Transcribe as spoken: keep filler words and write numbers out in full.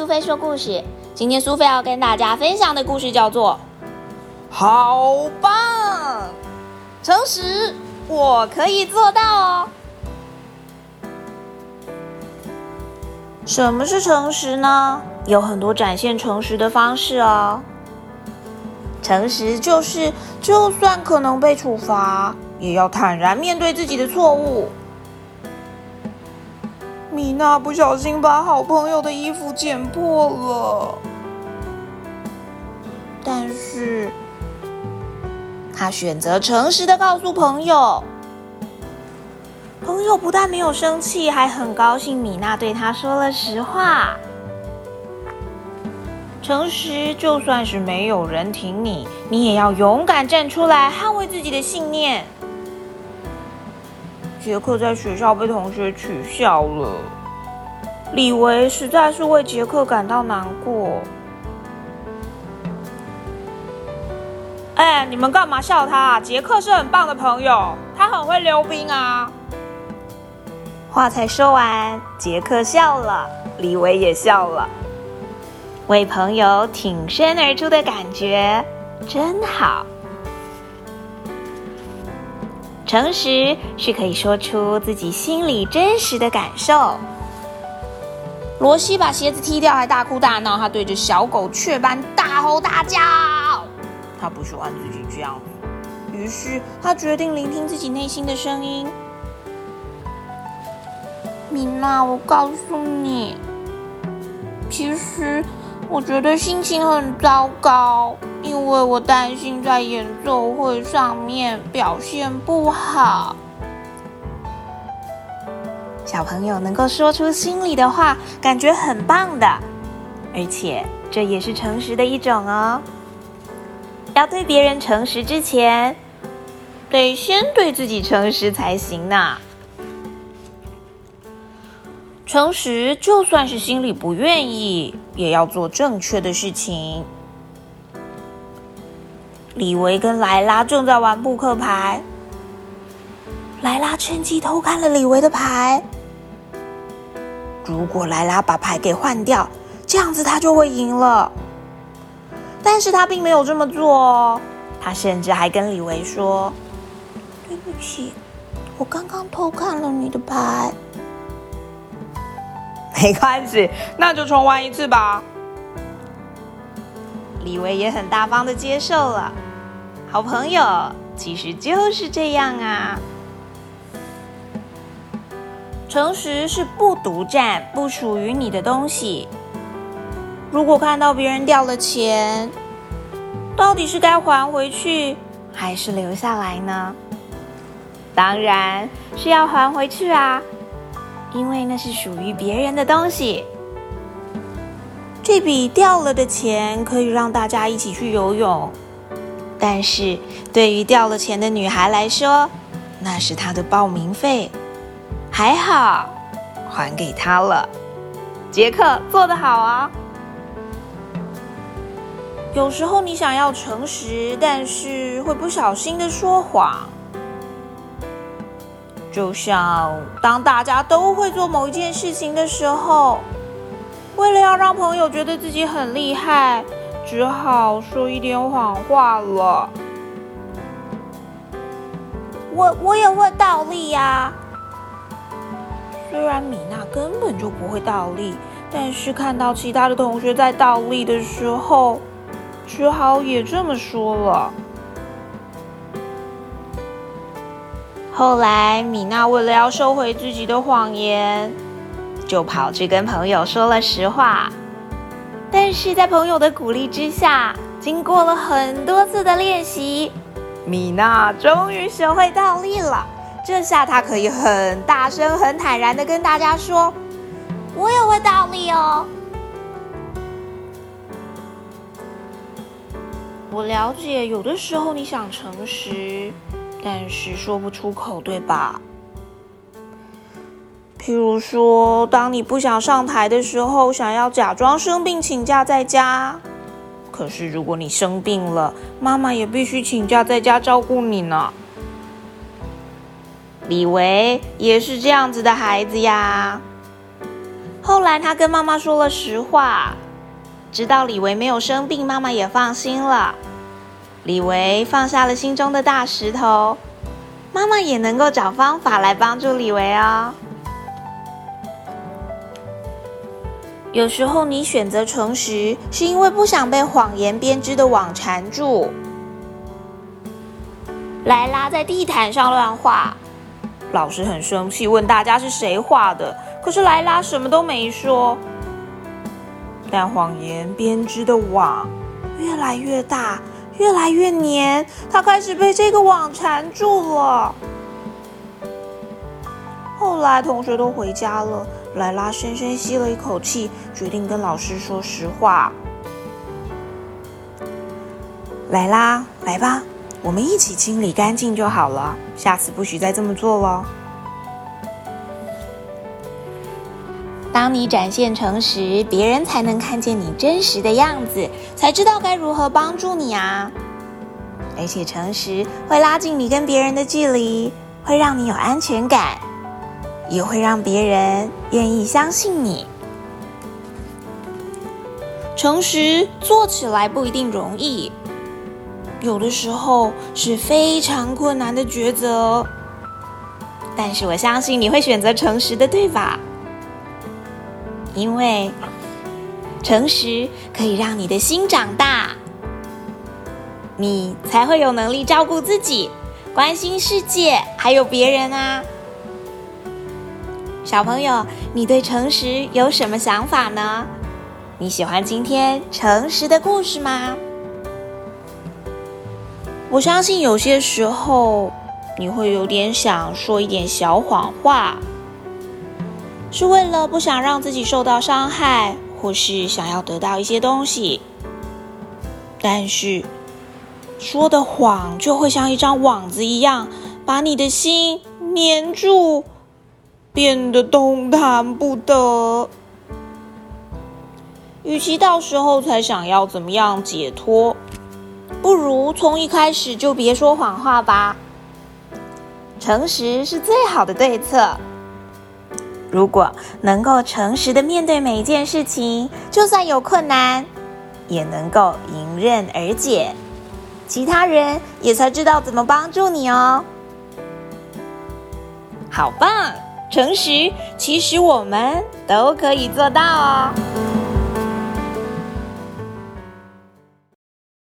苏菲说故事。今天苏菲要跟大家分享的故事叫做好棒！诚实，我可以做到哦。什么是诚实呢？有很多展现诚实的方式哦。诚实就是，就算可能被处罚，也要坦然面对自己的错误。米娜不小心把好朋友的衣服剪破了，但是她选择诚实的告诉朋友。朋友不但没有生气，还很高兴米娜对他说了实话。诚实，就算是没有人挺你，你也要勇敢站出来，捍卫自己的信念。杰克在学校被同学取笑了，李维实在是为杰克感到难过。哎，你们干嘛笑他啊？杰克是很棒的朋友，他很会溜冰啊。话才说完，杰克笑了，李维也笑了。为朋友挺身而出的感觉真好。诚实是可以说出自己心里真实的感受。罗西把鞋子踢掉还大哭大闹，他对着小狗雀斑大吼大叫。他不喜欢自己这样子，于是他决定聆听自己内心的声音。米娜，我告诉你，其实我觉得心情很糟糕，因为我担心在演奏会上面表现不好。小朋友能够说出心里的话，感觉很棒的，而且这也是诚实的一种哦。要对别人诚实之前，得先对自己诚实才行呢。诚实，就算是心里不愿意，也要做正确的事情。李维跟莱拉正在玩扑克牌，莱拉趁机偷看了李维的牌。如果莱拉把牌给换掉，这样子他就会赢了。但是他并没有这么做哦，他甚至还跟李维说：“对不起，我刚刚偷看了你的牌。”没关系，那就重玩一次吧。李维也很大方的接受了。好朋友其实就是这样啊。诚实是不独占不属于你的东西。如果看到别人掉了钱，到底是该还回去还是留下来呢？当然是要还回去啊，因为那是属于别人的东西。这笔掉了的钱可以让大家一起去游泳，但是对于掉了钱的女孩来说，那是她的报名费，还好还给她了。杰克做得好啊！有时候你想要诚实，但是会不小心的说谎。就像当大家都会做某一件事情的时候，为了要让朋友觉得自己很厉害，只好说一点谎话了。我我也会倒立呀。虽然米娜根本就不会倒立，但是看到其他的同学在倒立的时候，只好也这么说了。后来，米娜为了要收回自己的谎言，就跑去跟朋友说了实话。但是在朋友的鼓励之下，经过了很多次的练习，米娜终于学会倒立了。这下她可以很大声、很坦然地跟大家说：“我也会倒立哦。”我了解，有的时候你想诚实，但是说不出口，对吧？譬如说，当你不想上台的时候，想要假装生病请假在家。可是如果你生病了，妈妈也必须请假在家照顾你呢。李维也是这样子的孩子呀。 后来他跟妈妈说了实话，知道李维没有生病，妈妈也放心了。李维放下了心中的大石头，妈妈也能够找方法来帮助李维哦。有时候你选择诚实，是因为不想被谎言编织的网缠住。莱拉在地毯上乱画，老师很生气，问大家是谁画的，可是莱拉什么都没说。但谎言编织的网越来越大，越来越黏，她开始被这个网缠住了。后来同学都回家了，莱拉深深吸了一口气，决定跟老师说实话。莱拉，来吧，我们一起清理干净就好了，下次不许再这么做了。当你展现诚实，别人才能看见你真实的样子，才知道该如何帮助你啊。而且诚实会拉近你跟别人的距离，会让你有安全感，也会让别人愿意相信你。诚实做起来不一定容易，有的时候是非常困难的抉择，但是我相信你会选择诚实的，对吧？因为诚实可以让你的心长大，你才会有能力照顾自己，关心世界，还有别人啊。小朋友，你对诚实有什么想法呢？你喜欢今天诚实的故事吗？我相信有些时候你会有点想说一点小谎话，是为了不想让自己受到伤害，或是想要得到一些东西。但是说的谎就会像一张网子一样，把你的心黏住，变得动弹不得。与其到时候才想要怎么样解脱，不如从一开始就别说谎话吧。诚实是最好的对策。如果能够诚实的面对每一件事情，就算有困难，也能够迎刃而解，其他人也才知道怎么帮助你哦。好棒！诚实，其实我们都可以做到哦。